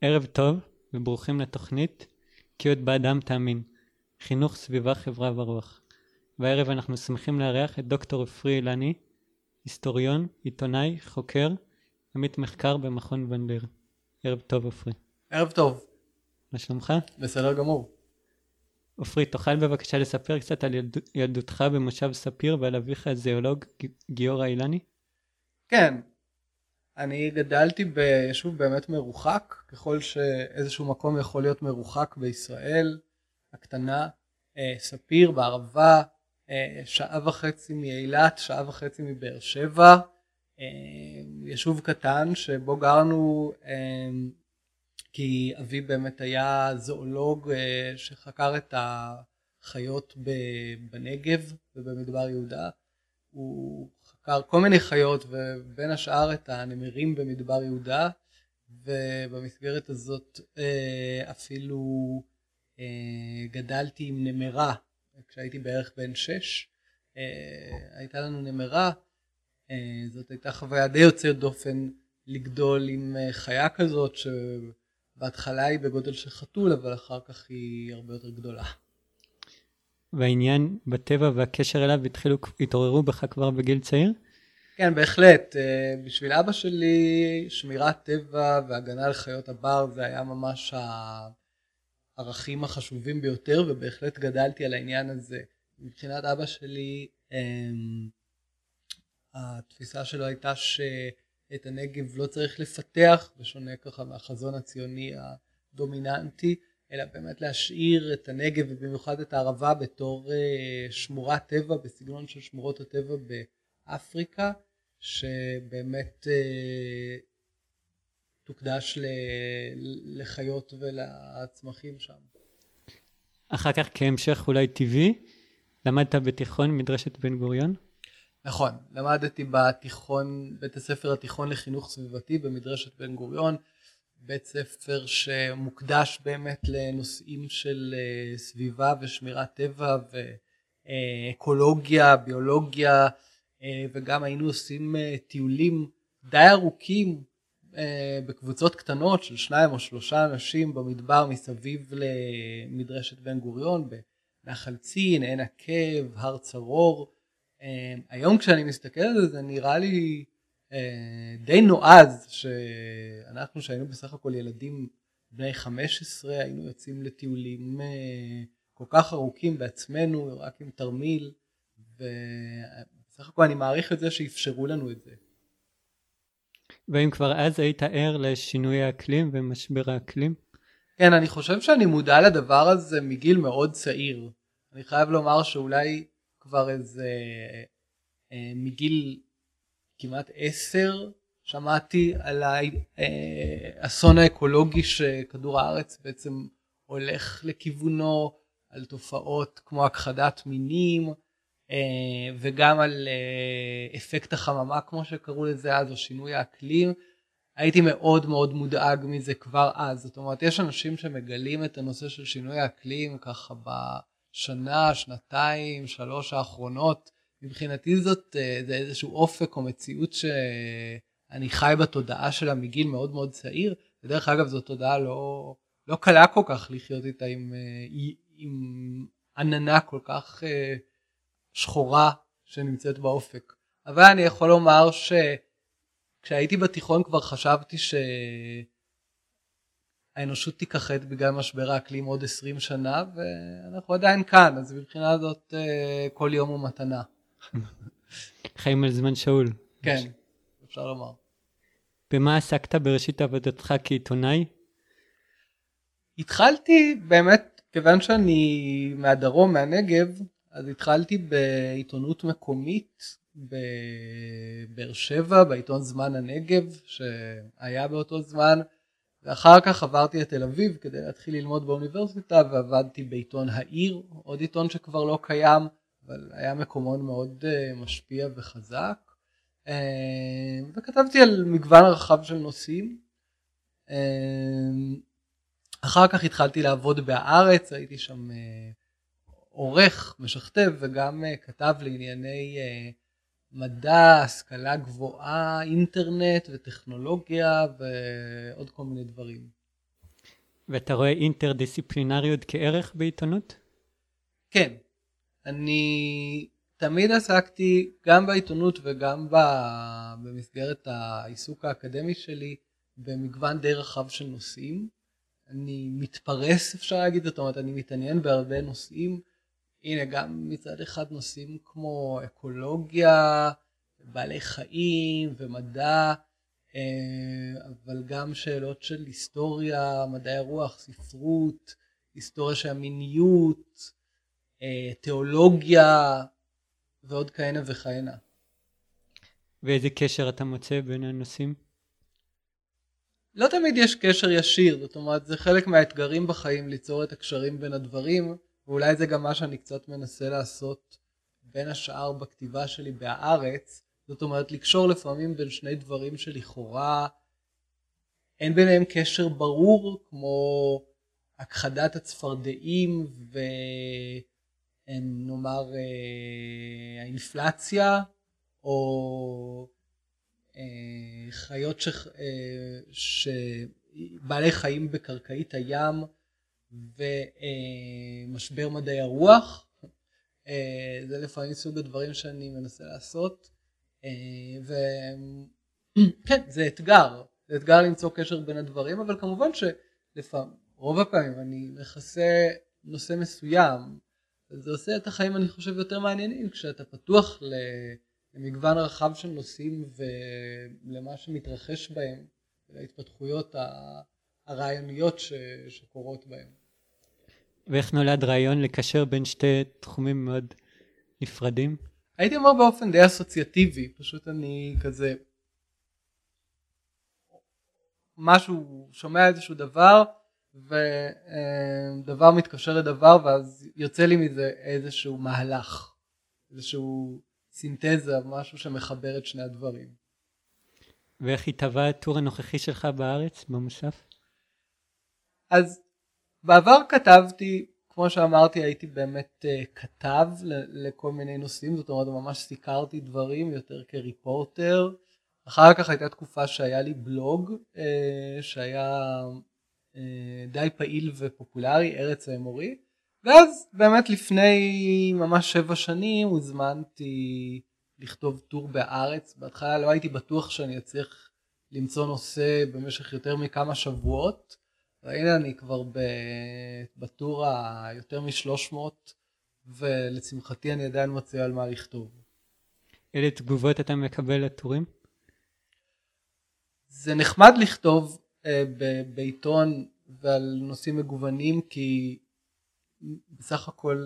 ערב טוב וברוכים לתוכנית כי עוד באדם תאמין, חינוך, סביבה, חברה ורוח. והערב אנחנו שמחים לארח את דוקטור עופרי אילני, היסטוריון, עיתונאי, חוקר, עמית מחקר במכון ון ליר. ערב טוב עופרי. ערב טוב. מה שלומך? בסדר גמור. עופרי, תוכל בבקשה לספר קצת על ילדותך במושב ספיר ועל אביך הזיאולוג גיורא אילני? כן, אני גדלתי ביישוב באמת מרוחק, ככל שאיזשהו מקום יכול להיות מרוחק בישראל הקטנה, ספיר בערבה, 1.5 שעה מאילת, 1.5 שעה מבאר שבע, יישוב קטן שבו גרנו כי אבי באמת היה זואולוג שחקר את החיות בנגב ובמדבר יהודה. הוא חקר כל מיני חיות ובין השאר את הנמרים במדבר יהודה, ובמסגרת הזאת אפילו גדלתי עם נמרה כשהייתי בערך בן 6. הייתה לנו נמרה, זאת הייתה חוויה די יוצאת דופן לגדול עם חיה כזאת שבהתחלה היא בגודל של חתול אבל אחר כך היא הרבה יותר גדולה. והעניין בטבע והקשר אליו התעוררו בך כבר בגיל צעיר? כן, בהחלט. בשביל אבא שלי שמירת טבע והגנה על חיות הבר זה היה ממש הערכים החשובים ביותר, ובהחלט גדלתי על העניין הזה. מבחינת אבא שלי התפיסה שלו הייתה שאת הנגב לא צריך לפתח, בשונה ככה מהחזון הציוני הדומיננטי, אלא באמת להשאיר את הנגב ובמיוחד את הערבה בתור שמורת טבע בסגנון של שמורות הטבע באפריקה, שבאמת תוקדש לחיות ולצמחים שם. אחר כך כהמשך אולי טבעי, למדת בתיכון מדרשת בן גוריון? נכון, למדתי בתיכון, בית הספר התיכון לחינוך סביבתי במדרשת בן גוריון, בית ספר שמוקדש באמת לנושאים של סביבה ושמירת טבע ואקולוגיה, ביולוגיה, וגם היינו עושים טיולים די ארוכים בקבוצות קטנות של 2 או 3 אנשים במדבר מסביב למדרשת בן גוריון, בנחל צין, עין עקב, הר צרור. היום כשאני מסתכל על זה נראה לי די נועז שאנחנו שהיינו בסך הכל ילדים בני 15 היינו יוצאים לטיולים כל כך ארוכים בעצמנו רק עם תרמיל, ובסך הכל אני מעריך את זה שאפשרו לנו את זה. ואם כבר אז היית ער לשינוי האקלים ומשבר האקלים? כן, אני חושב שאני מודע לדבר הזה מגיל מאוד צעיר. אני חייב לומר שאולי כבר איזה מגיל כמעט 10 שמעתי על האסון האקולוגי שכדור הארץ בעצם הולך לכיוונו, על תופעות כמו הכחדת מינים וגם על אפקט החממה כמו שקראו לזה אז, או שינוי האקלים. הייתי מאוד מאוד מודאג מזה כבר אז. זאת אומרת, יש אנשים שמגלים את הנושא של שינוי האקלים ככה בשנה, 2, 3 האחרונות. מבחינתי זה איזשהו אופק או מציאות שאני חי בתודעה שלה מגיל מאוד מאוד צעיר. בדרך אגב זו תודעה לא קלה כל כך לחיות איתה עם עננה כל כך שחורה שנמצאת באופק. אבל אני יכול לומר כשהייתי בתיכון כבר חשבתי שהאנושות תיכחד בגלל משבר האקלים עוד 20 שנה, ואנחנו עדיין כאן, אז מבחינה הזאת כל יום הוא מתנה. חיים על זמן שאול. כן, אפשר לומר. במה עסקת בראשית עבודתך כעיתונאי? התחלתי באמת, כיוון שאני מהדרום, מהנגב, אז התחלתי בעיתונות מקומית בבאר שבע, בעיתון זמן הנגב שהיה באותו זמן, ואחר כך עברתי לתל אביב כדי להתחיל ללמוד באוניברסיטה, ועבדתי בעיתון העיר, עוד עיתון שכבר לא קיים, אבל היה מקומון מאוד משפיע וחזק, וכתבתי על מגוון רחב של נושאים. אחר כך התחלתי לעבוד בהארץ, הייתי שם עורך, משכתב וגם כתב לענייני מדע, השכלה גבוהה, אינטרנט וטכנולוגיה ועוד כל מיני דברים. ואתה רואה אינטרדיסציפלינריות כערך בעיתונות? כן, אני תמיד עסקתי גם בעיתונות וגם במסגרת העיסוק האקדמי שלי במגוון די רחב של נושאים. אני מתפרס, אפשר להגיד, זאת אומרת, אני מתעניין בהרבה נושאים. הנה, גם מצד אחד נושאים כמו אקולוגיה, בעלי חיים ומדע, אבל גם שאלות של היסטוריה, מדעי הרוח, ספרות, היסטוריה של המיניות, תיאולוגיה ועוד כהנה וכהנה. ואיזה קשר אתה מוצא בין הנושאים? לא תמיד יש קשר ישיר, זאת אומרת, זה חלק מהאתגרים בחיים ליצור את הקשרים בין הדברים, ואולי זה גם מה שאני קצת מנסה לעשות בין השאר בכתיבה שלי בהארץ, זאת אומרת, לקשור לפעמים בין שני דברים שלכאורה אין ביניהם קשר ברור, כמו הכחדת הצפרדעים ונאמר האינפלציה, או חיות בעלי חיים בקרקעית הים ומשבר מדעי הרוח. זה לפעמים סוג הדברים שאני מנסה לעשות, וכן, זה אתגר למצוא קשר בין הדברים, אבל כמובן רוב הפעמים אני מכסה נושא מסוים, זה עושה את החיים, אני חושב, יותר מעניינים כשאתה פתוח למגוון רחב של נושאים ולמה שמתרחש בהם, להתפתחויות הרעיוניות שקורות בהם. ואיך נולד רעיון לקשר בין שתי תחומים מאוד נפרדים? הייתי אומר באופן די אסוציאטיבי, פשוט אני כזה משהו, שומע איזשהו דבר ודבר מתקשר לדבר, ואז יוצא לי מזה איזשהו מהלך, איזשהו סינתזה, משהו שמחבר את שני הדברים. ואיך התהווה הטור הנוכחי שלך בארץ, במוסף? אז בעבר כתבתי, כמו שאמרתי, הייתי באמת כתב לכל מיני נושאים, זאת אומרת, ממש סיקרתי דברים יותר כריפורטר. אחר כך הייתה תקופה שהיה לי בלוג, שהיה די פעיל ופופולרי, ארץ האמורי, ואז באמת לפני ממש 7 שנים הוזמנתי לכתוב טור בארץ. בהתחלה לא הייתי בטוח שאני אצליח למצוא נושא במשך יותר מכמה שבועות, והנה אני כבר בטור היותר מ-300, ולשמחתי אני עדיין מוצא על מה לכתוב. אילו תגובות אתה מקבל לטורים? זה נחמד לכתוב בעיתון ועל נושאים מגוונים, כי בסך הכל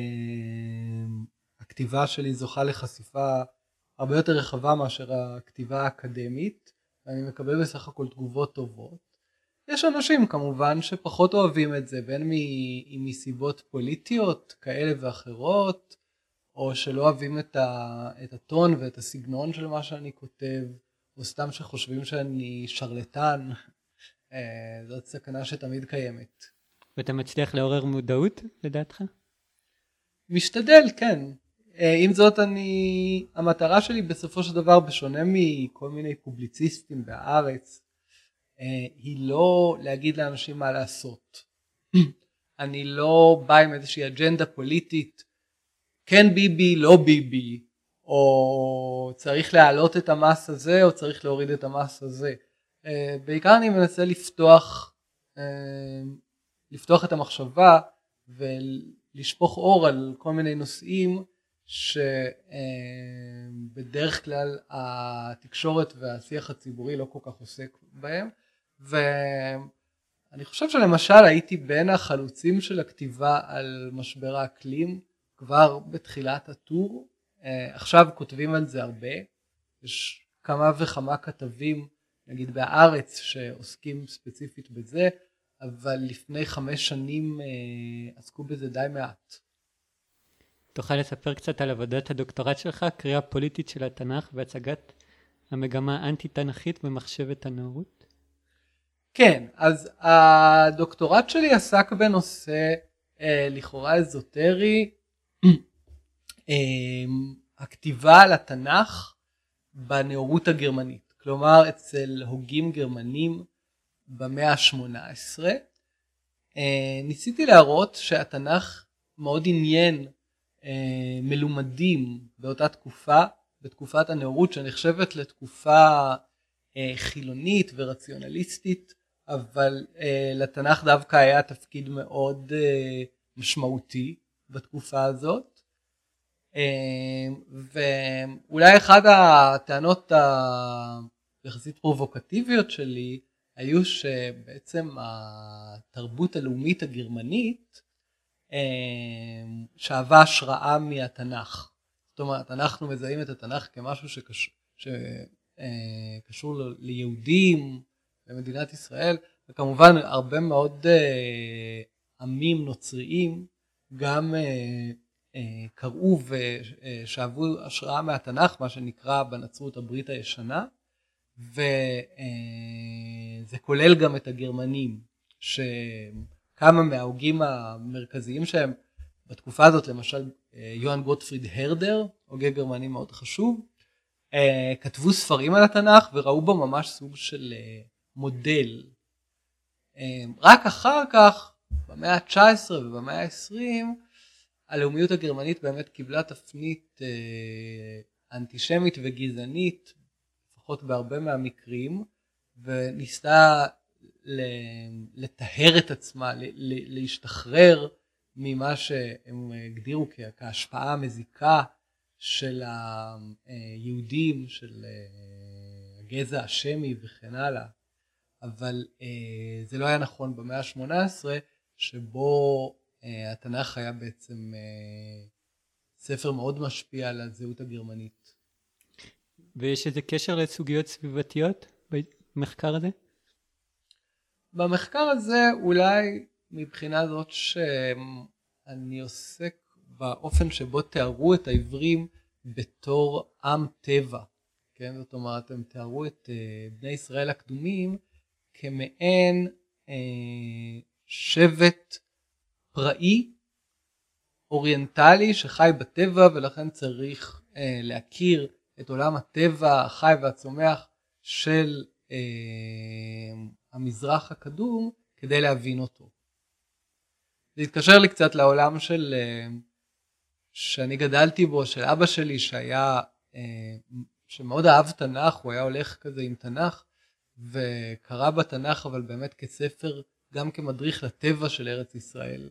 הכתיבה שלי זוכה לחשיפה הרבה יותר רחבה מאשר הכתיבה האקדמית, ואני מקבל בסך הכל תגובות טובות. יש אנשים כמובן שפחות אוהבים את זה, בין מסיבות פוליטיות כאלה ואחרות, או שלא אוהבים את הטון ואת הסגנון של מה שאני כותב, או סתם שחושבים שאני שרלטן. זאת סכנה שתמיד קיימת. ואתה מצליח לעורר מודעות לדעתך? משתדל, כן. עם זאת, המטרה שלי בסופו של דבר, בשונה מכל מיני פובליציסטים בארץ, היא לא להגיד לאנשים מה לעשות. אני לא בא עם איזושהי אג'נדה פוליטית, כן ביבי, לא ביבי, או צריך להעלות את המס הזה, או צריך להוריד את המס הזה. בעיקר אני מנסה לפתוח את המחשבה, ולשפוך אור על כל מיני נושאים, שבדרך כלל התקשורת והשיח הציבורי לא כל כך עוסק בהם. ואני חושב שלמשל הייתי בין החלוצים של הכתיבה על משבר האקלים כבר בתחילת הטור. עכשיו כותבים על זה הרבה, יש כמה וכמה כתבים נגיד בארץ שעוסקים ספציפית בזה, אבל לפני 5 שנים עסקו בזה די מעט. תוכל לספר קצת על עבודת הדוקטורט שלך, קריאה פוליטית של התנ"ך והצגת המגמה האנטי-תנ"כית במחשבת הנאורות? כן, אז הדוקטורט שלי עסק בנושא לכאורה אזוטרי, הכתיבה על התנ"ך בנאורות הגרמנית, כלומר אצל הוגים גרמנים במאה ה-18, ניסיתי להראות שהתנ"ך מאוד עניין מלומדים באותה תקופה, בתקופת הנאורות שנחשבת לתקופה חילונית ורציונליסטית, אבל לתנ"ך דווקא היה תפקיד מאוד משמעותי בתקופה הזאת. ואולי אחת הטענות היחסית פרובוקטיביות שלי היו שבעצם התרבות הלאומית הגרמנית שאבה השראה מהתנ"ך. זאת אומרת, אנחנו מזהים את התנ"ך כמשהו שקשור ליהודים, למדינת ישראל, וכמובן הרבה מאוד עמים נוצריים גם קראו ושאבו השראה מהתנ"ך, מה שנקרא בנצרות הברית הישנה, וזה כולל גם את הגרמנים, שכמה מההוגים המרכזיים שהם בתקופה הזאת, למשל יוהאן גוטפריד הרדר, הוגה גרמני מאוד חשוב, כתבו ספרים על התנ"ך וראו בו ממש סוג של מודל. רק אחר כך, במאה ה-19 ובמאה ה-20, הלאומיות הגרמנית באמת קיבלה תפנית אנטישמית וגזענית, לפחות בהרבה מהמקרים, וניסתה לטהר את עצמה, להשתחרר ממה שהם הגדירו כהשפעה המזיקה של היהודים, של הגזע השמי וכן הלאה. אבל זה לא היה נכון במאה ה-18, שבו התנ"ך היה בעצם ספר מאוד משפיע על הזהות הגרמנית. ויש איזה קשר לסוגיות סביבתיות במחקר הזה? במחקר הזה אולי מבחינה זאת שאני עוסק באופן שבו תיארו את העברים בתור עם טבע. כן? זאת אומרת, הם תיארו את בני ישראל הקדומים כמעין שבט פראי, אוריינטלי שחי בטבע, ולכן צריך להכיר את עולם הטבע החי והצומח של המזרח הקדום כדי להבין אותו. זה התקשר לי קצת לעולם שאני גדלתי בו, של אבא שלי שמאוד אהב תנ"ך, הוא היה הולך כזה עם תנ"ך וקרא בתנ"ך, אבל באמת כספר, גם כמדריך לטבע של ארץ ישראל.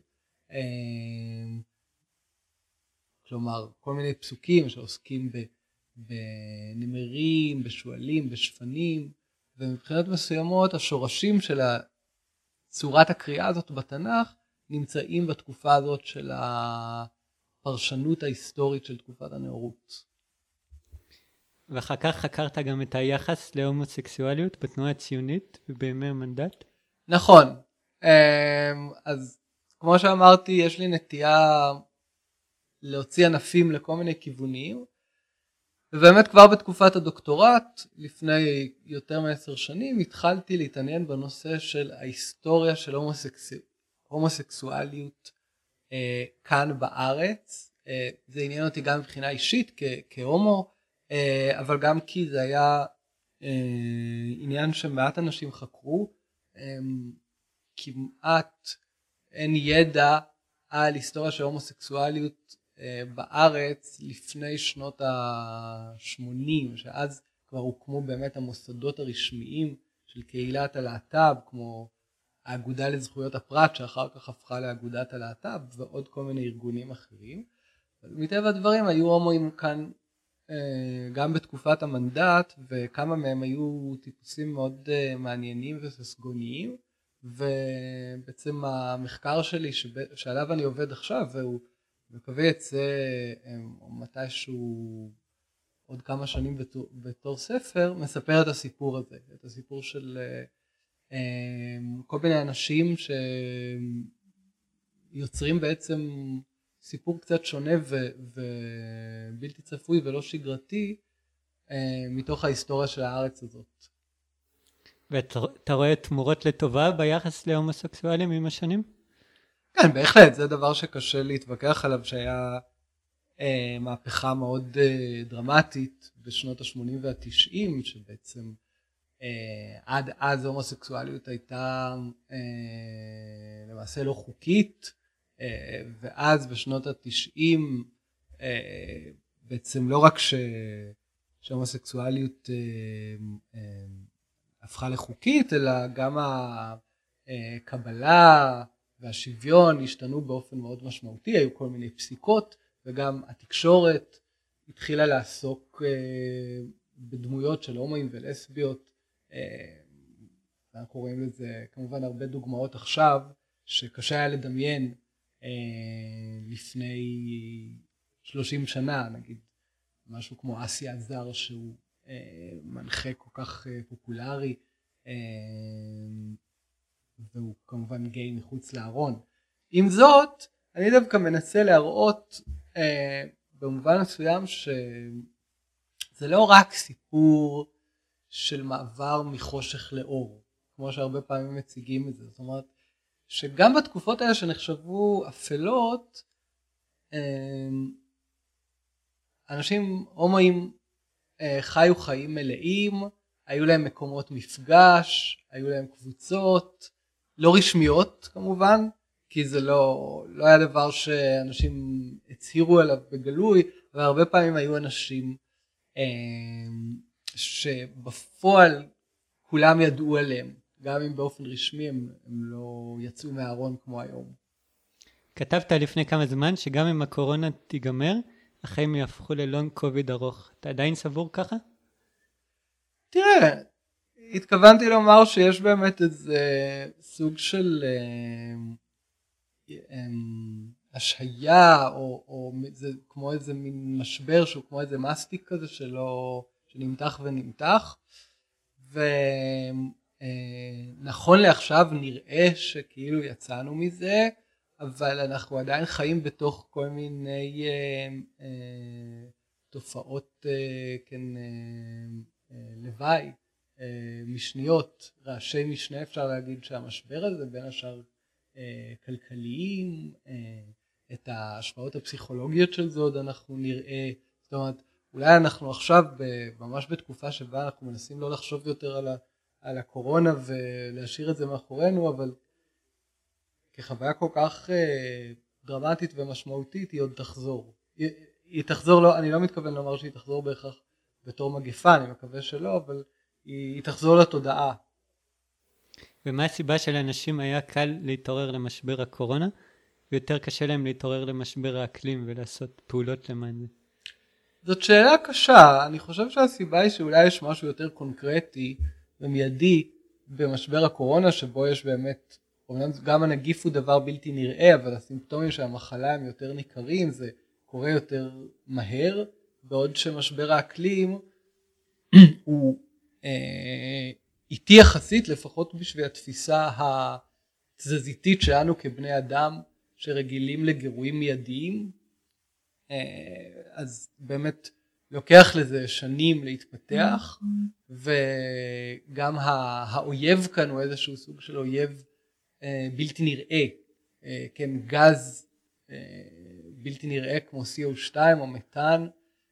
כלומר, כל מיני פסוקים שעוסקים בנמרים, בשועלים, בשפנים, ומבחינות מסוימות השורשים של צורת הקריאה הזאת בתנ"ך נמצאים בתקופה הזאת של הפרשנות ההיסטורית של תקופת הנאורות. ואחר כך חקרת גם את היחס להומוסקסואליות בתנועה הציונית ובימי המנדט? נכון. אז כמו שאמרתי, יש לי נטייה להוציא ענפים לכל מיני כיוונים, ובאמת כבר בתקופת הדוקטורט, לפני יותר מ10 שנים, התחלתי להתעניין בנושא של ההיסטוריה של הומוסקסואליות כאן בארץ. זה עניין אותי גם מבחינה אישית כהומו, אבל גם כי זה היה עניין שמעט אנשים חקרו. כמעט אין ידע על היסטוריה של הומוסקסואליות בארץ לפני שנות ה-80, שאז כבר הוקמו באמת המוסדות הרשמיים של קהילת הלהט"ב, כמו האגודה לזכויות הפרט שאחר כך הפכה לאגודת הלהט"ב, ועוד כל מיני ארגונים אחרים. מטבע הדברים היו הומואים כאן גם בתקופת המנדט, וכמה מהם היו טיפוסים מאוד מעניינים וססגוניים, ובעצם המחקר שלי שעליו אני עובד עכשיו, והוא מקווה יצא מתישהו עוד כמה שנים בתור ספר, מספר את הסיפור הזה, את הסיפור של כל מיני אנשים שיוצרים בעצם סיפור קצת שונה ובלתי צפוי ולא שגרתי מתוך ההיסטוריה של הארץ הזאת. ואתה רואה תמורות לטובה ביחס להומוסקסואלים עם השנים? כן, בהחלט, זה דבר שקשה להתווכח עליו, שהיה מהפכה מאוד דרמטית בשנות ה-80 וה-90, שבעצם עד אז הומוסקסואליות הייתה למעשה לא חוקית, ואז בשנות ה-90 בעצם לא רק שההומוסקסואליות הפכה לחוקית, אלא גם הקבלה והשוויון השתנו באופן מאוד משמעותי, היו כל מיני פסיקות, וגם התקשורת התחילה לעסוק בדמויות של הומואים ולסביות. אנחנו רואים לזה כמובן הרבה דוגמאות עכשיו, שקשה היה לדמיין לפני 30 שנה, נגיד משהו כמו אסי עזר שהוא מנחה כל כך פופולרי, והוא כמובן גיי מחוץ לארון. עם זאת, אני דווקא מנסה להראות במובן מסוים שזה לא רק סיפור של מעבר מחושך לאור, כמו שהרבה פעמים מציגים את זה. זאת אומרת, שגם בתקופות האלה שנחשבו אפלות, אנשים הומואים חיו חיים מלאים, היו להם מקומות מפגש, היו להם קבוצות, לא רשמיות כמובן, כי זה לא היה דבר שאנשים הצהירו עליו בגלוי, אבל הרבה פעמים היו אנשים שבפועל כולם ידעו עליהם, גם אם באופן רשמי הם לא יצאו מהארון כמו היום. כתבת לפני כמה זמן שגם אם הקורונה תיגמר, החיים יהפכו ללונג קוביד ארוך. אתה עדיין סבור ככה? תראה, התכוונתי לומר שיש באמת איזה סוג של השהיה, או זה כמו איזה מין משבר שהוא כמו איזה מסטיק כזה שנמתח ונמתח, ונכון לעכשיו נראה שכאילו יצאנו מזה, אבל אנחנו עדיין חיים בתוך כל מיני תופעות לוואי, משניות, רעשי משנה אפשר להגיד שהמשבר הזה בין השאר כלכליים, את ההשפעות הפסיכולוגיות של זה עוד אנחנו נראה. זאת אומרת, אולי אנחנו עכשיו ממש בתקופה שבה אנחנו מנסים לא לחשוב יותר על הקורונה ולהשאיר את זה מאחורינו, אבל כחוויה כל כך דרמטית ומשמעותית היא עוד תחזור. היא תחזור, לא, אני לא מתכוון לומר שהיא תחזור בהכרח בתור מגפה, אני מקווה שלא, אבל היא תחזור לתודעה. ומה הסיבה שלאנשים היה קל להתעורר למשבר הקורונה, ויותר קשה להם להתעורר למשבר האקלים ולעשות פעולות למען זה? זאת שאלה קשה. אני חושב שהסיבה היא שאולי יש משהו יותר קונקרטי ומיידי במשבר הקורונה, שבו יש באמת, גם הנגיף הוא דבר בלתי נראה, אבל הסימפטומים של המחלה הם יותר ניכרים, זה קורה יותר מהר, בעוד שמשבר האקלים הוא איטי יחסית, לפחות בשביל התפיסה התזזיתית שלנו כבני אדם שרגילים לגירויים מיידיים. אז באמת לוקח לזה שנים להתפתח, וגם האויב כאן הוא איזשהו סוג של אויב בלתי נראה, כן, גז בלתי נראה כמו CO2 או מתאן,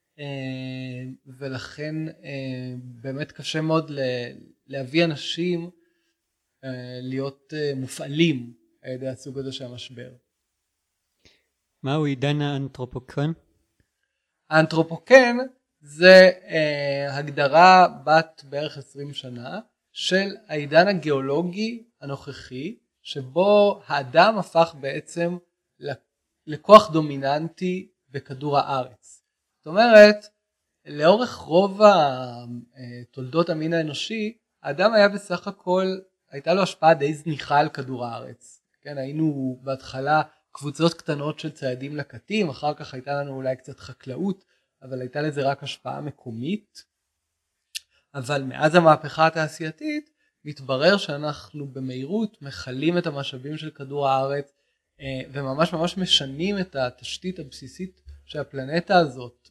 ולכן באמת קשה מאוד להביא אנשים להיות מופעלים על ידי הסוג הזה של המשבר. מהו עידן האנתרופוקן? האנתרופוקן זה הגדרה בת בערך 20 שנה של העידן הגיאולוגי הנוכחי, שבו האדם הפך בעצם לכוח דומיננטי בכדור הארץ. זאת אומרת, לאורך רוב תולדות המין האנושי, האדם היה בסך הכל, הייתה לו השפעה די זניחה על כדור הארץ. כן, היינו בהתחלה קבוצות קטנות של ציידים לקטים, אחר כך הייתה לנו אולי קצת חקלאות, אבל הייתה לזה רק השפעה מקומית. אבל מאז המהפכה התעשייתית, מתברר שאנחנו במהירות מחלים את המשאבים של כדור הארץ, וממש ממש משנים את התשתית הבסיסית של הפלנטה הזאת,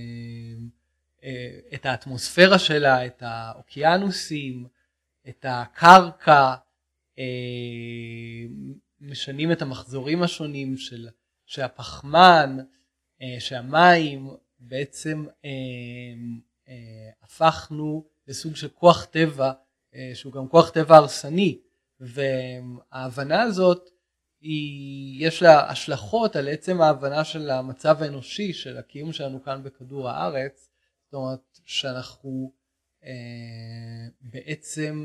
את האטמוספירה שלה, את האוקיינוסים, את הקרקע, משנים את המחזורים השונים של הפחמן, שהמים, בעצם הפכנו לסוג של כוח טבע, שהוא גם כוח טבע הרסני, וההבנה הזאת, יש לה השלכות על עצם ההבנה של המצב האנושי, של הקיום שלנו כאן בכדור הארץ, זאת אומרת שאנחנו בעצם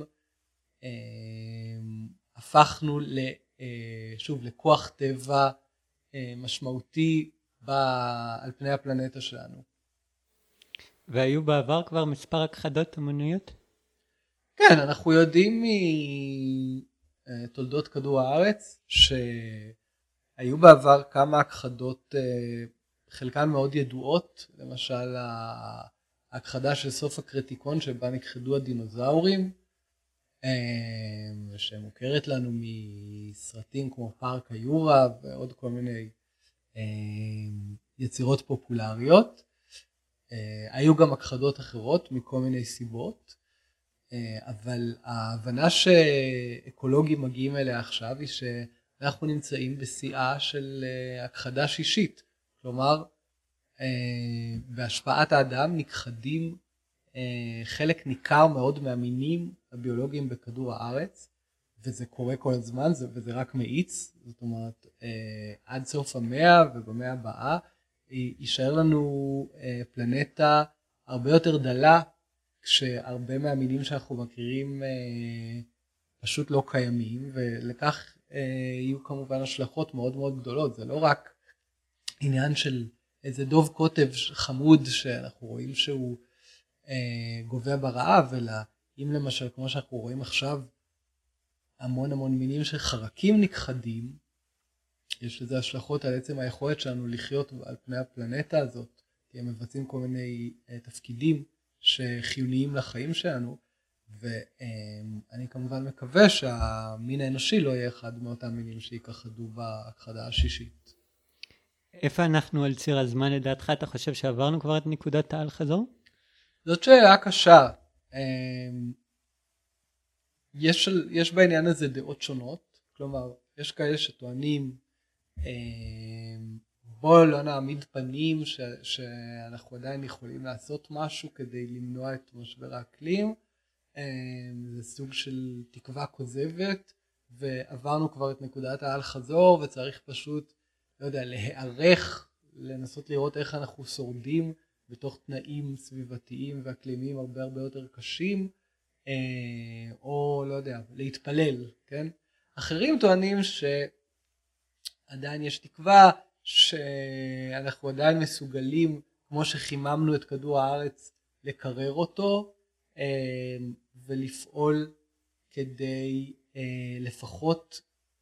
הפכנו שוב לכוח טבע משמעותי על פני הפלנטה שלנו. והיו בעבר כבר מספר הכחדות המוניות? כן, אנחנו יודעים מתולדות כדור הארץ שהיו בעבר כמה הכחדות, חלקן מאוד ידועות, למשל ההכחדה של סוף הקריטיקון שבה נכחדו הדינוזאורים, שמוכרת לנו מסרטים כמו פארק היורה ועוד כל מיני יצירות פופולריות. היו גם הכחדות אחרות מכל מיני סיבות, אבל ההבנה שאקולוגים מגיעים אליה עכשיו היא שאנחנו נמצאים בשיאה של הכחדה שישית, כלומר בהשפעת האדם נכחדים חלק ניכר מאוד מהמינים הביולוגיים בכדור הארץ, וזה קורה כל הזמן וזה רק מאיץ, זאת אומרת עד סוף המאה ובמאה הבאה יישאר לנו פלנטה הרבה יותר דלה, כשהרבה מהמינים שאנחנו מכירים פשוט לא קיימים, ולכך יהיו כמובן השלכות מאוד מאוד גדולות. זה לא רק עניין של איזה דוב קוטב חמוד שאנחנו רואים שהוא גובה ברעב, אלא אם למשל כמו שאנחנו רואים עכשיו המון מינים של חרקים נכחדים, יש לזה השלכות על עצם היכולת שלנו לחיות על פני הפלנטה הזאת, כי הם מבצעים כל מיני תפקידים שחיוניים לחיים שלנו, ואני כמובן מקווה שהמין האנושי לא יהיה אחד מאותם מינים שיכחדו בהכחדה השישית. איפה אנחנו על ציר הזמן לדעתך? אתה חושב שעברנו כבר את נקודת האל חזור? זאת שאלה קשה. יש בעניין הזה דעות שונות, כלומר יש כאלה שטוענים בואו לא נעמיד פנים שאנחנו עדיין יכולים לעשות משהו כדי למנוע את משבר האקלים. זה סוג של תקווה כוזבת, ועברנו כבר את נקודת האל חזור וצריך פשוט, לא יודע, להיערך, לנסות לראות איך אנחנו שורדים בתוך תנאים סביבתיים ואקלימיים הרבה יותר קשים, או לא יודע, להתפלל, כן? אחרים טוענים שעדיין יש תקווה, שאנחנו עדיין מסוגלים, כמו שחיממנו את כדור הארץ, לקרר אותו, ולפעול כדי לפחות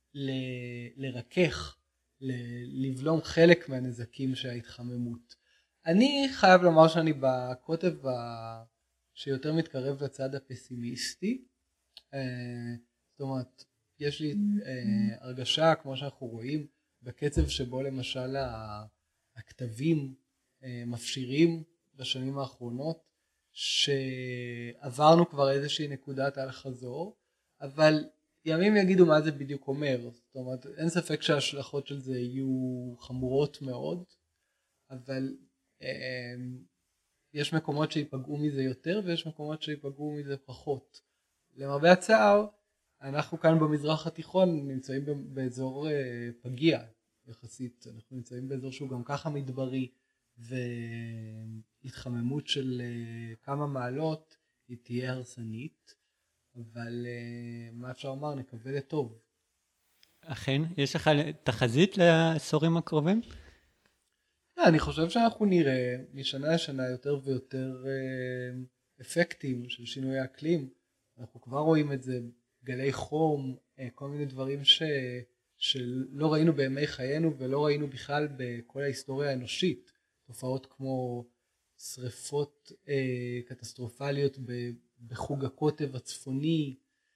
לרכך, לבלום חלק מהנזקים של ההתחממות. אני חייב לומר שאני בקוטב שיותר מתקרב לצד הפסימיסטי, זאת אומרת, יש לי הרגשה, כמו שאנחנו רואים, בקצב שבו למשל הכתבים מפשירים בשנים האחרונות, שעברנו כבר איזושהי נקודת אל חזור, אבל ימים יגידו מה זה בדיוק אומר. זאת אומרת, אין ספק שההשלכות של זה יהיו חמורות מאוד, אבל יש מקומות שיפגעו מזה יותר ויש מקומות שיפגעו מזה פחות. למרבה הצער, אנחנו כאן במזרח התיכון נמצאים באזור פגיע יחסית, אנחנו נמצאים באזור שהוא גם ככה מדברי, והתחממות של כמה מעלות היא תהיה הרסנית, אבל מה אפשר לומר, נקווה לטוב. אכן, יש לך תחזית לעשורים הקרובים? אני חושב שאנחנו נראה משנה לשנה יותר ויותר אפקטים של שינוי האקלים. אנחנו כבר רואים את זה, גלי חום, כל מיני דברים שלא ראינו בימי חיינו ולא ראינו בכלל בכל ההיסטוריה האנושית. תופעות כמו שריפות קטסטרופליות בחוג הקוטב הצפוני,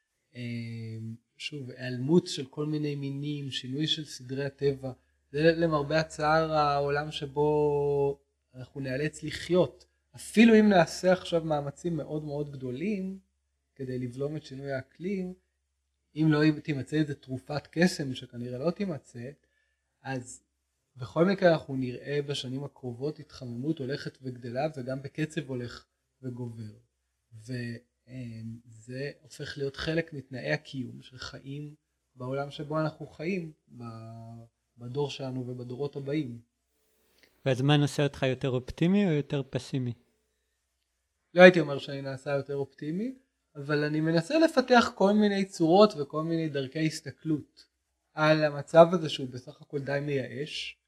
שוב, היעלמות של כל מיני מינים, שינוי של סדרי הטבע. זה למרבה הצער העולם שבו אנחנו נאלץ לחיות. אפילו אם נעשה עכשיו מאמצים מאוד מאוד גדולים כדי לבלום את שינוי האקלים, אם לא תימצא איזו תרופת קסם שכנראה לא תימצא, אז בכל מקרה אנחנו נראה בשנים הקרובות התחממות הולכת וגדלה וגם בקצב הולך וגובר. וזה הופך להיות חלק מתנאי הקיום של חיים בעולם שבו אנחנו חיים, בדור שלנו ובדורות הבאים. והזמן עושה אותך יותר אופטימי או יותר פסימי? לא הייתי אומר שאני נעשה יותר אופטימי, אבל אני מנסה לפתח כל מיני צורות וכל מיני דרכי הסתכלות על המצב הזה שהוא בסך הכל די מייאש.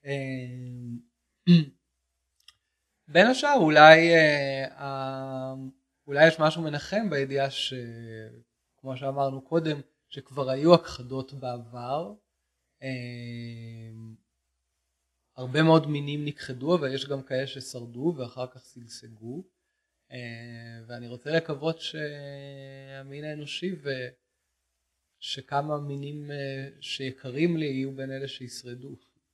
בין השאר אולי יש משהו מנחם בידיעה שכמו שאמרנו קודם, שכבר היו הכחדות בעבר. הרבה מאוד מינים נכחדו, אבל יש גם כאלה ששרדו ואחר כך סגסגו. ואני רוצה לקוות שהמין האנושי ושכמה מינים שיקרים לי יהיו בין אלה שישרדו.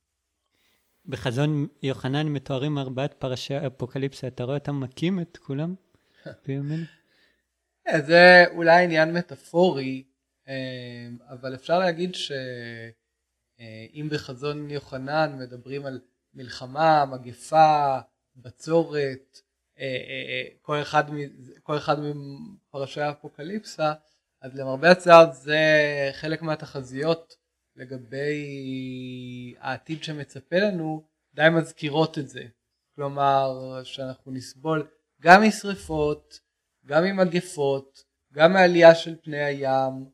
בחזון יוחנן מתוארים 4 פרשי האפוקליפסה, אתה רואה אותם מכים את כולם בימינו? זה אולי עניין מטאפורי, אבל אפשר להגיד שאם בחזון יוחנן מדברים על מלחמה, מגפה, בצורת, כל אחד מפרשי האפוקליפסה, אז למרבה הצער זה חלק מהתחזיות לגבי העתיד שמצפה לנו, די מזכירות את זה. כלומר שאנחנו נסבול גם משריפות, גם ממגפות, גם מעלייה של פני הים,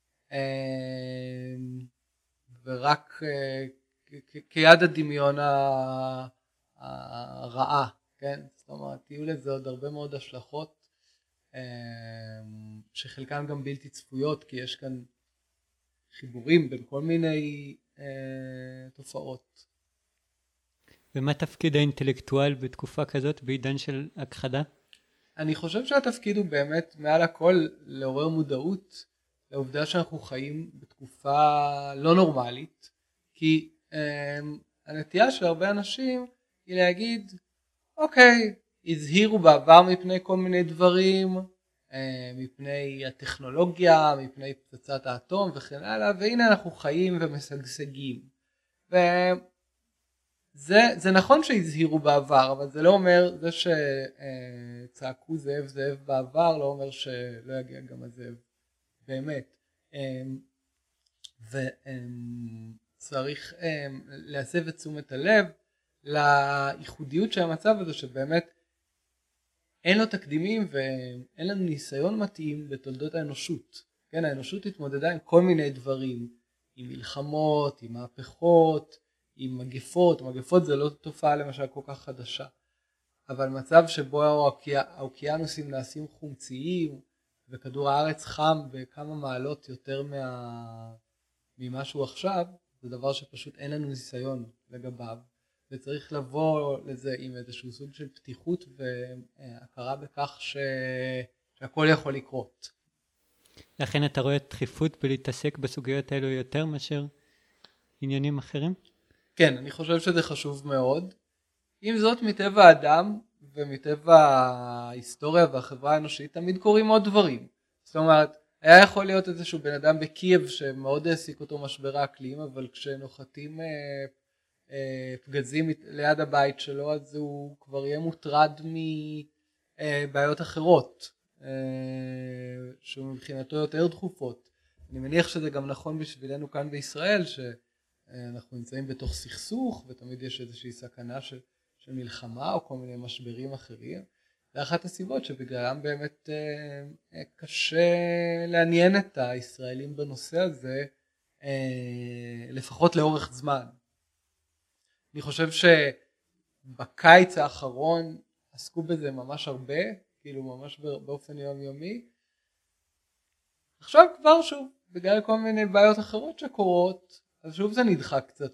ורק כיד הדמיון הרעה, כן? זאת אומרת, יהיו לזה עוד הרבה מאוד השלכות, שחלקן גם בלתי צפויות, כי יש כאן חיבורים בין כל מיני תופעות. ומה תפקיד האינטלקטואל בתקופה כזאת, בעידן של הכחדה? אני חושב שהתפקיד הוא באמת מעל הכל לעורר מודעות לעובדה שאנחנו חיים בתקופה לא נורמלית, כי הנטייה של הרבה אנשים היא להגיד, אוקיי, הזהירו בעבר מפני כל מיני דברים, מפני הטכנולוגיה, מפני פצצת האטום וכן הלאה, והנה אנחנו חיים ומשגשגים. זה נכון שהזהירו בעבר, אבל זה לא אומר, זה שצעקו זאב זאב בעבר, לא אומר שלא יגיע גם הזאב באמת. וצריך להסב את תשומת הלב לייחודיות של המצב הזה, שבאמת אין לו תקדימים ואין לנו ניסיון מתאים בתולדות האנושות. כן, האנושות התמודדה עם כל מיני דברים, עם מלחמות, עם מהפכות, עם מגפות. מגפות זה לא תופעה למשל כל כך חדשה, אבל מצב שבו האוקיינוסים נעשים חומציים וכדור הארץ חם בכמה מעלות יותר ממשהו עכשיו, זה דבר שפשוט אין לנו ניסיון לגביו, וצריך לבוא לזה עם איזשהו סוג של פתיחות והכרה בכך שהכל יכול לקרות. לכן אתה רואה דחיפות בלהתעסק בסוגיות האלו יותר מאשר עניינים אחרים? כן, אני חושב שזה חשוב מאוד. עם זאת, מטבע האדם ומטבע ההיסטוריה והחברה האנושית תמיד קורים עוד דברים. זאת אומרת, היה יכול להיות איזשהו בן אדם בקייב שמאוד העסיק אותו משבר האקלים, אבל כשנוחתים פגזים ליד הבית שלו, אז הוא כבר יהיה מוטרד מבעיות אחרות, שמבחינתו יותר דחופות. אני מניח שזה גם נכון בשבילנו כאן בישראל, שאנחנו נמצאים בתוך סכסוך, ותמיד יש איזושהי סכנה של מלחמה או כל מיני משברים אחרים. זה אחת הסיבות שבגללם באמת קשה לעניין את הישראלים בנושא הזה, לפחות לאורך זמן. אני חושב שבקיץ האחרון עסקו בזה ממש הרבה, כאילו ממש באופן יומיומי. עכשיו כבר שוב, בגלל כל מיני בעיות אחרות שקורות, אז שוב זה נדחק קצת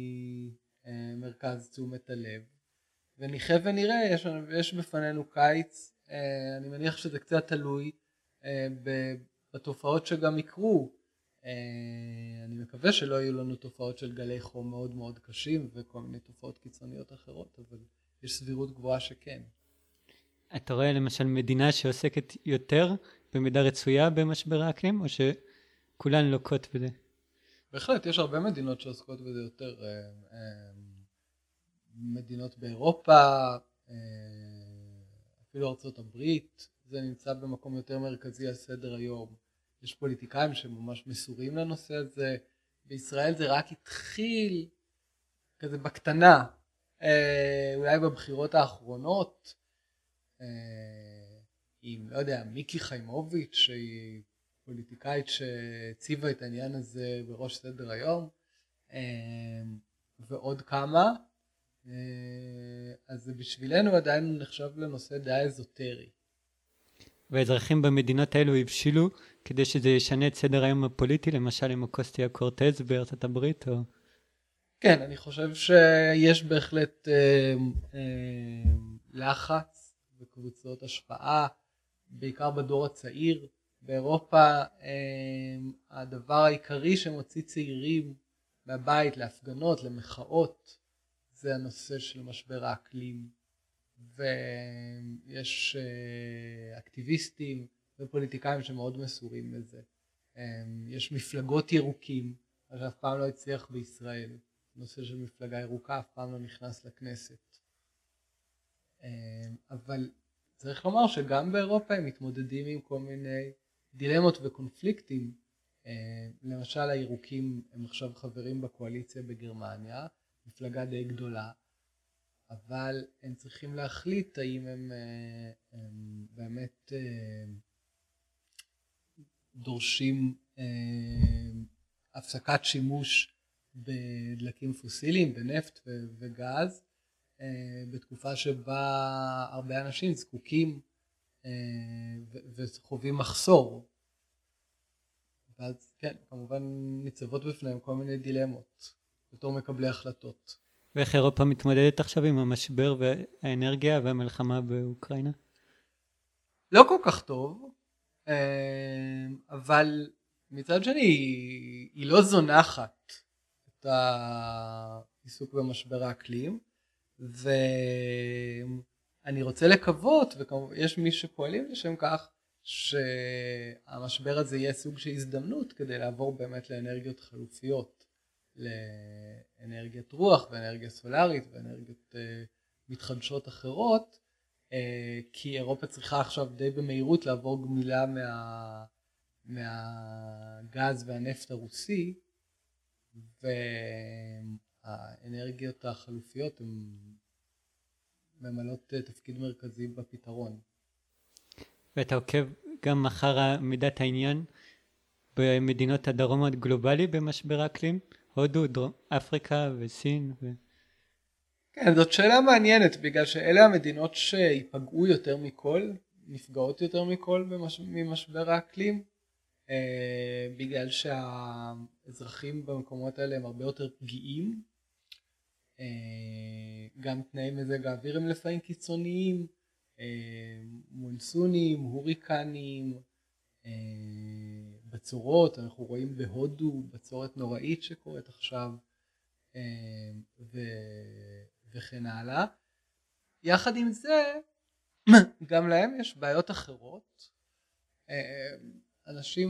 ממרכז תשומת הלב. ונחיה ונראה, יש בפנינו קיץ, אני מניח שזה קצת תלוי בתופעות שגם יקרו. אני מקווה שלא יהיו לנו תופעות של גלי חום מאוד מאוד קשים וכל מיני תופעות קיצוניות אחרות, אבל יש סבירות גבוהה שכן. אתה רואה למשל מדינה שעוסקת יותר במידה רצויה במשבר האקלים, או שכולן לוקות בזה? בהחלט, יש הרבה מדינות שעוסקות בזה יותר. מדינות באירופה, אפילו ארצות הברית, זה נמצא במקום יותר מרכזי על סדר היום. יש פוליטיקאים שממש מסורים לנושא הזה. בישראל זה רק התחיל כזה בקטנה, אולי בבחירות האחרונות, עם, לא יודע, מיקי חיימוביץ', שהיא פוליטיקאית שהציבה את העניין הזה בראש סדר היום, ועוד כמה. אז זה בשבילנו עדיין נחשב לנושא די אזוטרי. והאזרחים במדינות האלו הבשילו כדי שזה ישנה את סדר היום הפוליטי, למשל עם אוקוסטיה קורטז בארצות הברית? או... כן, אני חושב שיש בהחלט לחץ וקבוצות השפעה, בעיקר בדור הצעיר. באירופה הדבר העיקרי שמוציא צעירים מהבית להפגנות, למחאות, זה הנושא של משבר האקלים. ויש אקטיביסטים ופוליטיקאים שמאוד מסורים לזה. יש מפלגות ירוקים, שאף פעם לא הצליח בישראל. נושא של מפלגה ירוקה אף פעם לא נכנס לכנסת. אבל צריך לומר שגם באירופה הם מתמודדים עם כל מיני דילמות וקונפליקטים. למשל הירוקים הם עכשיו חברים בקואליציה בגרמניה, מפלגה די גדולה, אבל הם צריכים להחליט האם הם באמת דורשים הפסקת שימוש בדלקים פוסיליים, בנפט וגז, בתקופה שבה הרבה אנשים זקוקים וחווים מחסור. ואז כן, כמובן ניצבות בפניהם כל מיני דילמות בתור מקבלי החלטות. ואיך אירופה מתמודדת עכשיו עם המשבר והאנרגיה והמלחמה באוקראינה? לא כל כך טוב, אבל מצד שני היא לא זונחת את העיסוק במשבר האקלים, ואני רוצה לקוות, ויש מי שפועלים לשם כך, שהמשבר הזה יהיה סוג של הזדמנות כדי לעבור באמת לאנרגיות חלופיות, לאנרגיית רוח ואנרגיה סולארית ואנרגיות מתחדשות אחרות, כי אירופה צריכה עכשיו די במהירות לעבור גמילה מהגז והנפט הרוסי, והאנרגיות החלופיות הן ממלאות תפקיד מרכזי בפתרון. ואתה עוקב גם אחר מידת העניין במדינות הדרום הגלובלי במשבר האקלים? הודו, דרום אפריקה וסין? כן, זאת שאלה מעניינת, בגלל שאלה המדינות שיפגעו יותר מכל, נפגעות יותר מכל ממשבר האקלים, בגלל שהאזרחים במקומות האלה הם הרבה יותר פגיעים, גם תנאי מזג האוויר הם לפעמים קיצוניים, מונסונים, הוריקנים, בצורות, אנחנו רואים בהודו בצורת נוראית שקורית עכשיו, וכן הלאה. יחד עם זה, גם להם יש בעיות אחרות. אנשים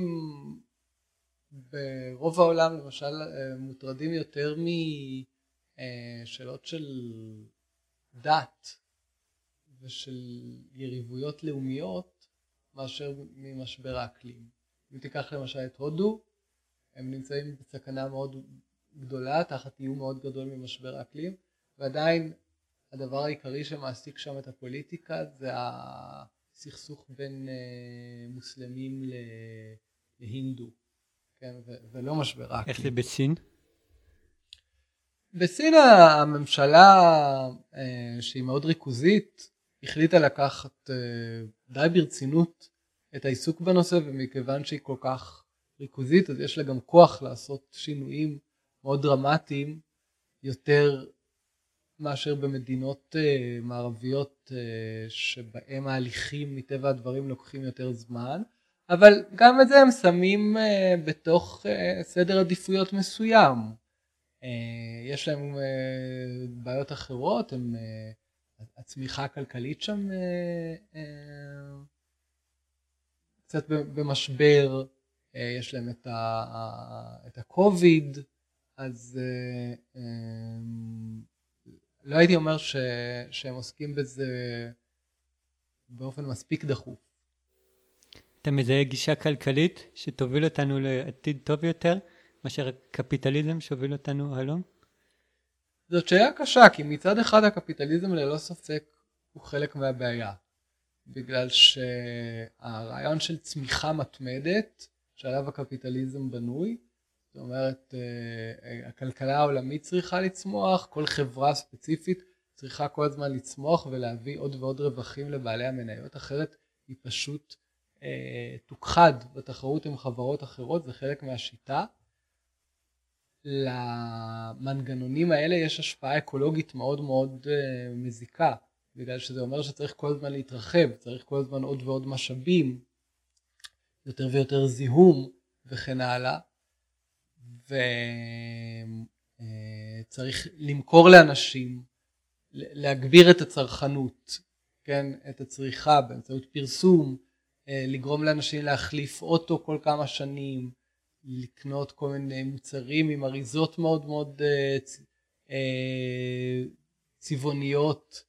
ברוב העולם למשל מוטרדים יותר משאלות של דת ושל יריבויות לאומיות מאשר ממשבר האקלים. אם תיקח למשל את הודו, הם נמצאים בסכנה מאוד גדולה, תחת איום מאוד גדול ממשבר האקלים, ועדיין הדבר העיקרי שמעסיק שם את הפוליטיקה זה הסכסוך בין מוסלמים להינדו, כן? ולא משבר האקלים. איך זה בסין? בסין הממשלה שהיא מאוד ריכוזית החליטה לקחת די ברצינות את העיסוק בנושא, ומכיוון שהיא כל כך ריכוזית אז יש לה גם כוח לעשות שינויים מאוד דרמטיים יותר מאשר במדינות מערביות שבהם ההליכים מטבע הדברים לוקחים יותר זמן, אבל גם את זה הם שמים בתוך סדר עדיפויות מסוים. יש להם בעיות אחרות, הצמיחה הכלכלית שם קצת במשבר, יש להם את הקוביד, אז לא הייתי אומר שהם עוסקים בזה באופן מספיק דחוף. אתה מזהה גישה כלכלית שתוביל אותנו לעתיד טוב יותר, מאשר הקפיטליזם שהוביל אותנו הלום? זאת שאלה קשה, כי מצד אחד הקפיטליזם ללא ספק הוא חלק מהבעיה. בגלל שהרעיון של צמיחה מתמדת, שעליו הקפיטליזם בנוי, זאת אומרת, הכלכלה העולמית צריכה לצמוח, כל חברה ספציפית צריכה כל הזמן לצמוח ולהביא עוד ועוד רווחים לבעלי המניות, אחרת היא פשוט תוכחד בתחרות עם חברות אחרות, זה חלק מהשיטה. למנגנונים האלה יש השפעה אקולוגית מאוד מאוד מזיקה, בגלל שזה אומר שצריך כל הזמן להתרחב, צריך כל הזמן עוד ועוד משאבים, יותר ויותר זיהום וכן הלאה, וצריך למכור לאנשים, להגביר את הצרכנות, כן, את הצריכה באמצעות פרסום, לגרום לאנשים להחליף אוטו כל כמה שנים, לקנות כל מיני מוצרים עם אריזות מאוד מאוד צבעוניות,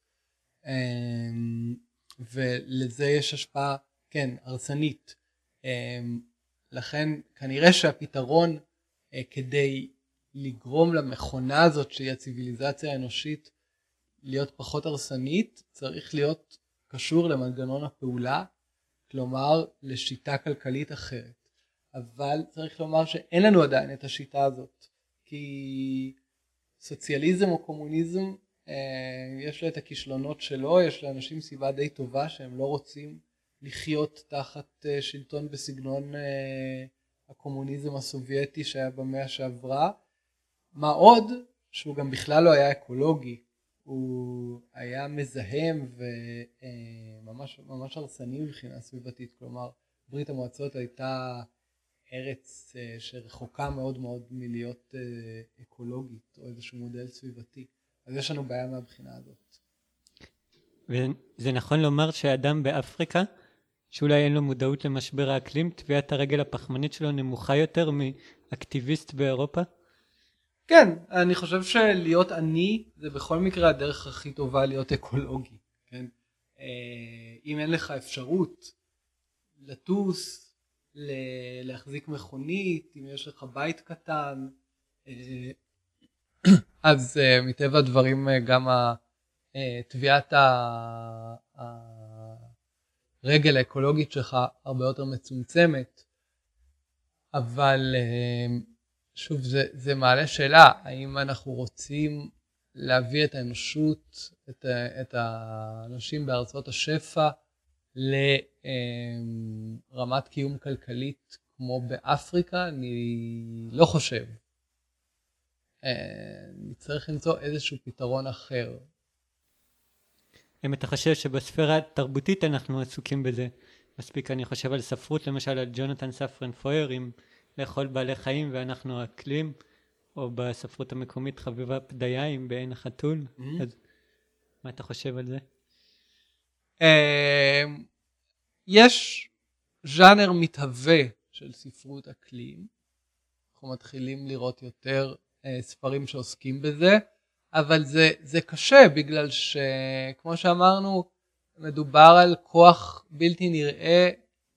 ולזה יש השפעה, כן, הרסנית. לכן כנראה שהפתרון כדי לגרום למכונה הזאת שהיא הציביליזציה האנושית להיות פחות הרסנית, צריך להיות קשור למנגנון הפעולה, כלומר לשיטה כלכלית אחרת. אבל צריך לומר שאין לנו עדיין את השיטה הזאת, כי סוציאליזם או קומוניזם יש לו את הכישלונות שלו, יש לאנשים סיבה די טובה שהם לא רוצים לחיות תחת שלטון בסגנון הקומוניזם הסובייטי שהיה במאה שעברה, מה עוד שהוא גם בכלל לא היה אקולוגי, הוא היה מזהם וממש ממש הרסני מבחינה סביבתית, כלומר ברית המועצות הייתה ארץ שרחוקה מאוד מאוד מלהיות אקולוגית או איזשהו מודל סביבתי, אז יש לנו בעיה מהבחינה הזאת. וזה נכון לומר שהאדם באפריקה, שאולי אין לו מודעות למשבר האקלים, טביעת הרגל הפחמנית שלו נמוכה יותר מאקטיביסט באירופה? כן, אני חושב שלהיות עני זה בכל מקרה הדרך הכי טובה להיות אקולוגי, כן? אם אין לך אפשרות לטוס, להחזיק מכונית, אם יש לך בית קטן, אז מטבע הדברים גם טביעת הרגל האקולוגית שלך הרבה יותר מצומצמת, אבל שוב זה מעלה שאלה, האם אנחנו רוצים להביא את האנושות, את האנשים בארצות השפע לרמת קיום כלכלית כמו באפריקה? אני לא חושב. נצטרך למצוא איזשהו פתרון אחר. אם אתה חושב שבספירה התרבותית אנחנו עסוקים בזה מספיק, אני חושב על ספרות, למשל על ג'ונתן ספרן פויר עם לאכול בעלי חיים ואנחנו אקלים, או בספרות המקומית חביבה פדיה עם בעין החתול. אז מה אתה חושב על זה? יש ז'אנר מתהווה של ספרות אקלים, אנחנו מתחילים לראות יותר ספרים שעוסקים בזה, אבל זה קשה בגלל שכמו שאמרנו מדובר על כוח בלתי נראה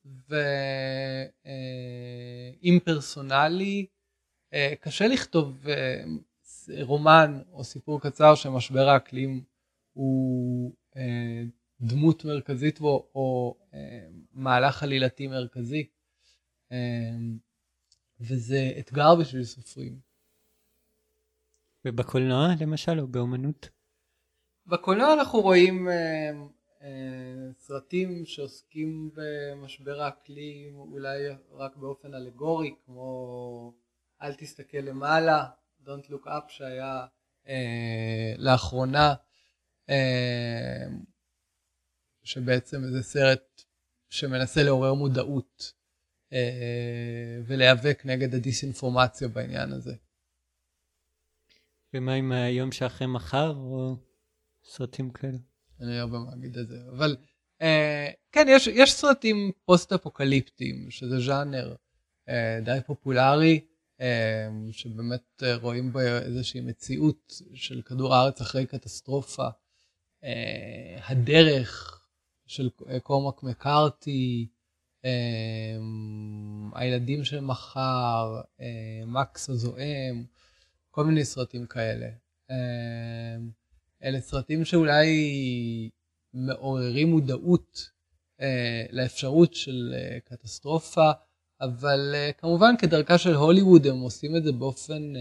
ואימפרסונלי. קשה לכתוב רומן או סיפור קצר שמשבר האקלים הוא דמות מרכזית בו או מהלך עלילתי מרכזי, וזה אתגר בשביל סופרים. ובקולנוע למשל או באומנות? בקולנוע אנחנו רואים סרטים שעוסקים במשבר האקלים אולי רק באופן אלגורי, כמו אל תסתכל למעלה, Don't Look Up, שהיה לאחרונה, שבעצם זה סרט שמנסה לעורר מודעות ולהיאבק נגד הדיסאינפורמציה בעניין הזה. ומה עם היום שאחרי מחר או סרטים כאלה? אני לא יודע מה להגיד את זה, אבל כן, יש סרטים פוסט-אפוקליפטיים, שזה ז'אנר די פופולרי, שבאמת רואים בו איזושהי מציאות של כדור הארץ אחרי קטסטרופה. הדרך של קורמק מקארתי, הילדים של מחר, מקס הזוהם, כל מיני סרטים כאלה. אלה סרטים שאולי מעוררים מודעות לאפשרות של קטסטרופה, אבל כמובן כדרכה של הוליווד הם עושים את זה באופן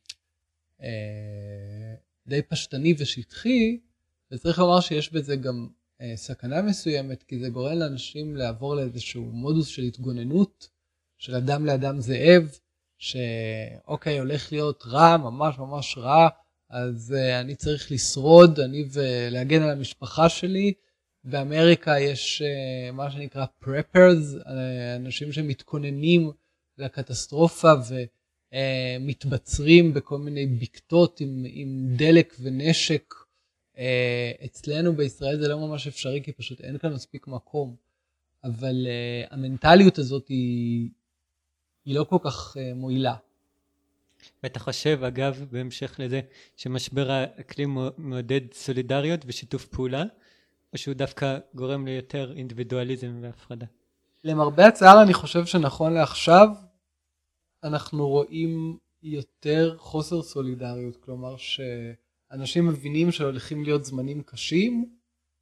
די פשטני ושטחי, וצריך לומר שיש בזה גם סכנה מסוימת, כי זה גורם לאנשים לעבור לאיזשהו מודוס של התגוננות, של אדם לאדם זאב, שאוקיי, הולך להיות רע, ממש ממש רע, אז אני צריך לשרוד, ולהגן על המשפחה שלי. באמריקה יש מה שנקרא preppers, אנשים שמתכוננים לקטסטרופה ומתבצרים בכל מיני בקתות עם דלק ונשק. אצלנו בישראל זה לא ממש אפשרי, כי פשוט אין כאן מספיק מקום. אבל המנטליות הזאת היא לא כל כך מועילה. ואתה חושב, אגב, בהמשך לזה, שמשבר האקלים מעודד סולידריות ושיתוף פעולה, או שהוא דווקא גורם ליותר אינדיבידואליזם והפרדה? למרבה הצער, אני חושב שנכון לעכשיו, אנחנו רואים יותר חוסר סולידריות, כלומר שאנשים מבינים שהולכים להיות זמנים קשים,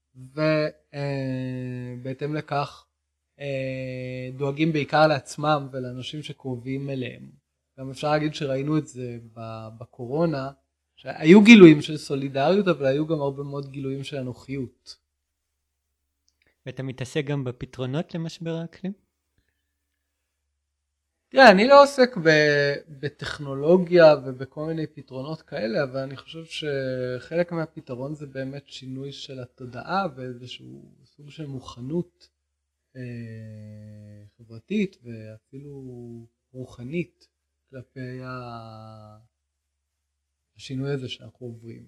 ובהתאם לכך דואגים בעיקר לעצמם ולאנשים שקרובים אליהם. גם אפשר להגיד שראינו את זה בקורונה, שהיו גילויים של סולידריות, אבל היו גם הרבה מאוד גילויים של אנוכיות. ואתה מתעסק גם בפתרונות למשבר האקלים? תראה, אני לא עוסק בטכנולוגיה ובכל מיני פתרונות כאלה, אבל אני חושב שחלק מהפתרון זה באמת שינוי של התודעה ואיזשהו סוג של מוכנות חברתית ואפילו רוחנית כלפי השינוי הזה שאנחנו עוברים,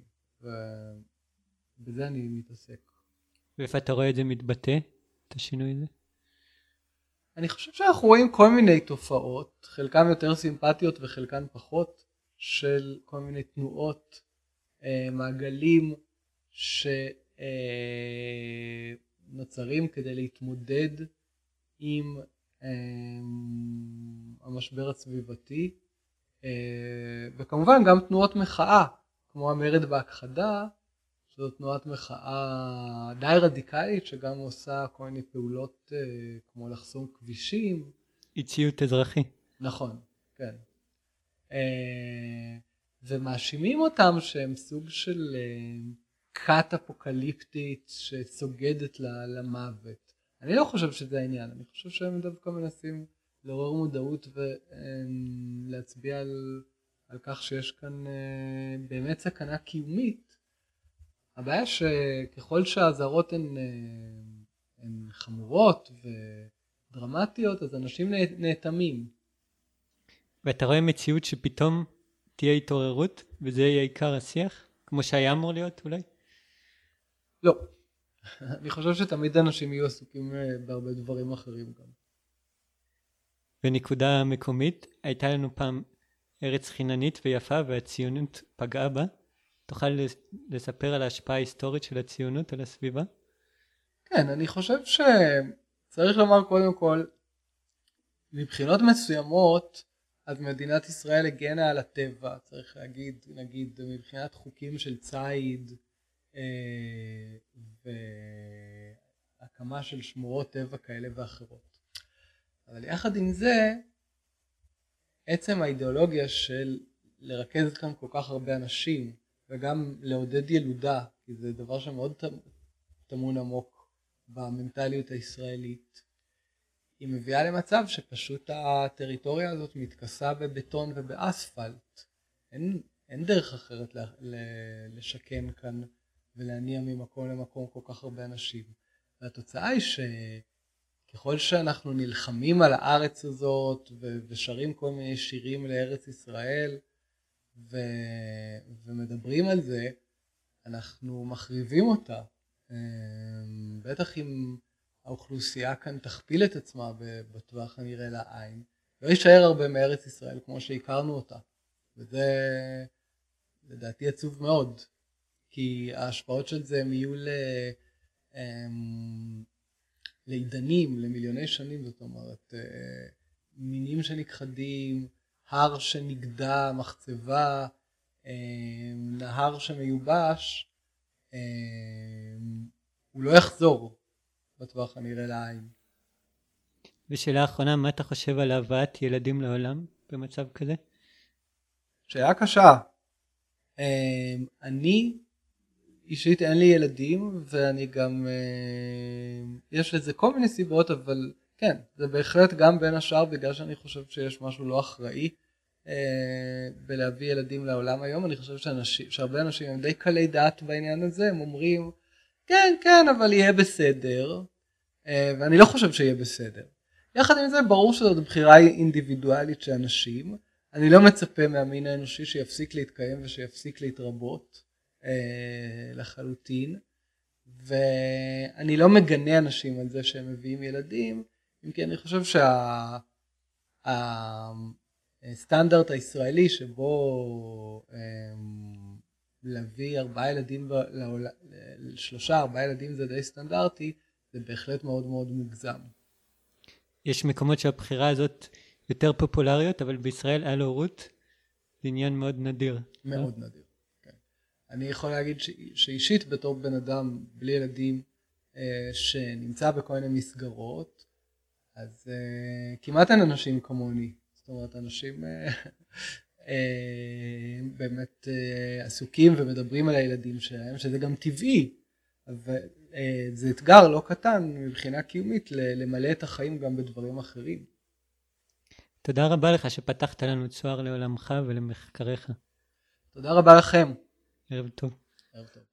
ובזה אני מתעסק. ואיפה אתה רואה את זה מתבטא, את השינוי הזה? אני חושב שאנחנו רואים כל מיני תופעות, חלקן יותר סימפטיות וחלקן פחות, של כל מיני תנועות, מעגלים שנוצרים כדי להתמודד עם המשבר הסביבתי, וכמובן גם תנועות מחאה, כמו המרד בהכחדה, שזו תנועת מחאה די רדיקלית, שגם עושה כל מיני פעולות כמו לחסום כבישים. איציות אזרחי. נכון, כן. ומאשימים אותם שהם סוג של כת אפוקליפטית שסוגדת למוות. אני לא חושב שזה העניין, אני חושב שהם דווקא מנסים לעורר מודעות ולהצביע על כך שיש כאן באמת סכנה קיומית. הבעיה שככל שהאזהרות הן חמורות ודרמטיות, אז אנשים נאטמים. ואתה רואה מציאות שפתאום תהיה התעוררות, וזה יהיה עיקר השיח, כמו שהיה אמור להיות אולי? לא. אני חושב שתמיד אנשים יהיו עסוקים בהרבה דברים אחרים גם. בנקודה מקומית, הייתה לנו פעם ארץ חיננית ויפה, והציונות פגעה בה. תוכל לספר על ההשפעה ההיסטורית של הציונות על הסביבה? כן, אני חושב שצריך לומר קודם כל, מבחינות מסוימות, אז מדינת ישראל הגנה על הטבע, צריך להגיד, נגיד, מבחינת חוקים של ציד, והקמה של שמורות טבע כאלה ואחרות. אבל יחד עם זה, עצם האידיאולוגיה של לרכז כאן כל כך הרבה אנשים, וגם לעודד ילודה, כי זה דבר שמאוד טמון עמוק במנטליות הישראלית, היא מביאה למצב שפשוט הטריטוריה הזאת מתכסה בבטון ובאספלט. אין דרך אחרת לשכן כאן ולהניע ממקום למקום כל כך הרבה אנשים. והתוצאה היא שככל שאנחנו נלחמים על הארץ הזאת ושרים כל מיני שירים לארץ ישראל ומדברים על זה, אנחנו מחריבים אותה. בטח אם האוכלוסייה כאן תכפיל את עצמה בטווח הנראה לעין, לא יישאר הרבה מארץ ישראל כמו שהכרנו אותה. וזה לדעתי עצוב מאוד, כי ההשפעות של זה הם יהיו לידנים למיליוני שנים, זאת אומרת מינים שנכחדים, הר שנגדע, מחצבה, נהר שמיובש, הוא לא יחזור בטווח הנראה לעין. ושאלה האחרונה, מה אתה חושב על הבאת ילדים לעולם במצב כזה? שאלה קשה. אני אישית אין לי ילדים, ואני גם, יש לזה כל מיני סיבות, אבל כן, זה בהחלט גם בין השאר בגלל שאני חושב שיש משהו לא אחראי בלהביא ילדים לעולם היום. אני חושב שהרבה אנשים הם די קלי דעת בעניין הזה, הם אומרים כן כן אבל יהיה בסדר, ואני לא חושב שיהיה בסדר. יחד עם זה ברור שזאת בחירה אינדיבידואלית של אנשים. אני לא מצפה מהמין האנושי שיפסיק להתקיים ושיפסיק להתרבות לחלוטין, ואני לא מגנה אנשים על זה שהם מביאים ילדים, אם כי אני חושב הסטנדרט הישראלי שבו להביא 4 ילדים, 3-4 ילדים זה די סטנדרטי, זה בהחלט מאוד מאוד מוגזם. יש מקומות שהבחירה הזאת יותר פופולריות, אבל בישראל על הורות זה עניין מאוד נדיר. מאוד נדיר. כן. אני יכול להגיד שאישית בתור בן אדם בלי ילדים שנמצא בכל מיני מסגרות, אז כמעט אין אנשים כמוני. זאת אומרת, אנשים באמת עסוקים ומדברים על הילדים שלהם, שזה גם טבעי. זה אתגר לא קטן מבחינה קיומית למלא את החיים גם בדברים אחרים. תודה רבה לך שפתחת לנו צוהר לעולמך ולמחקריך. תודה רבה לכם. ערב טוב. ערב טוב.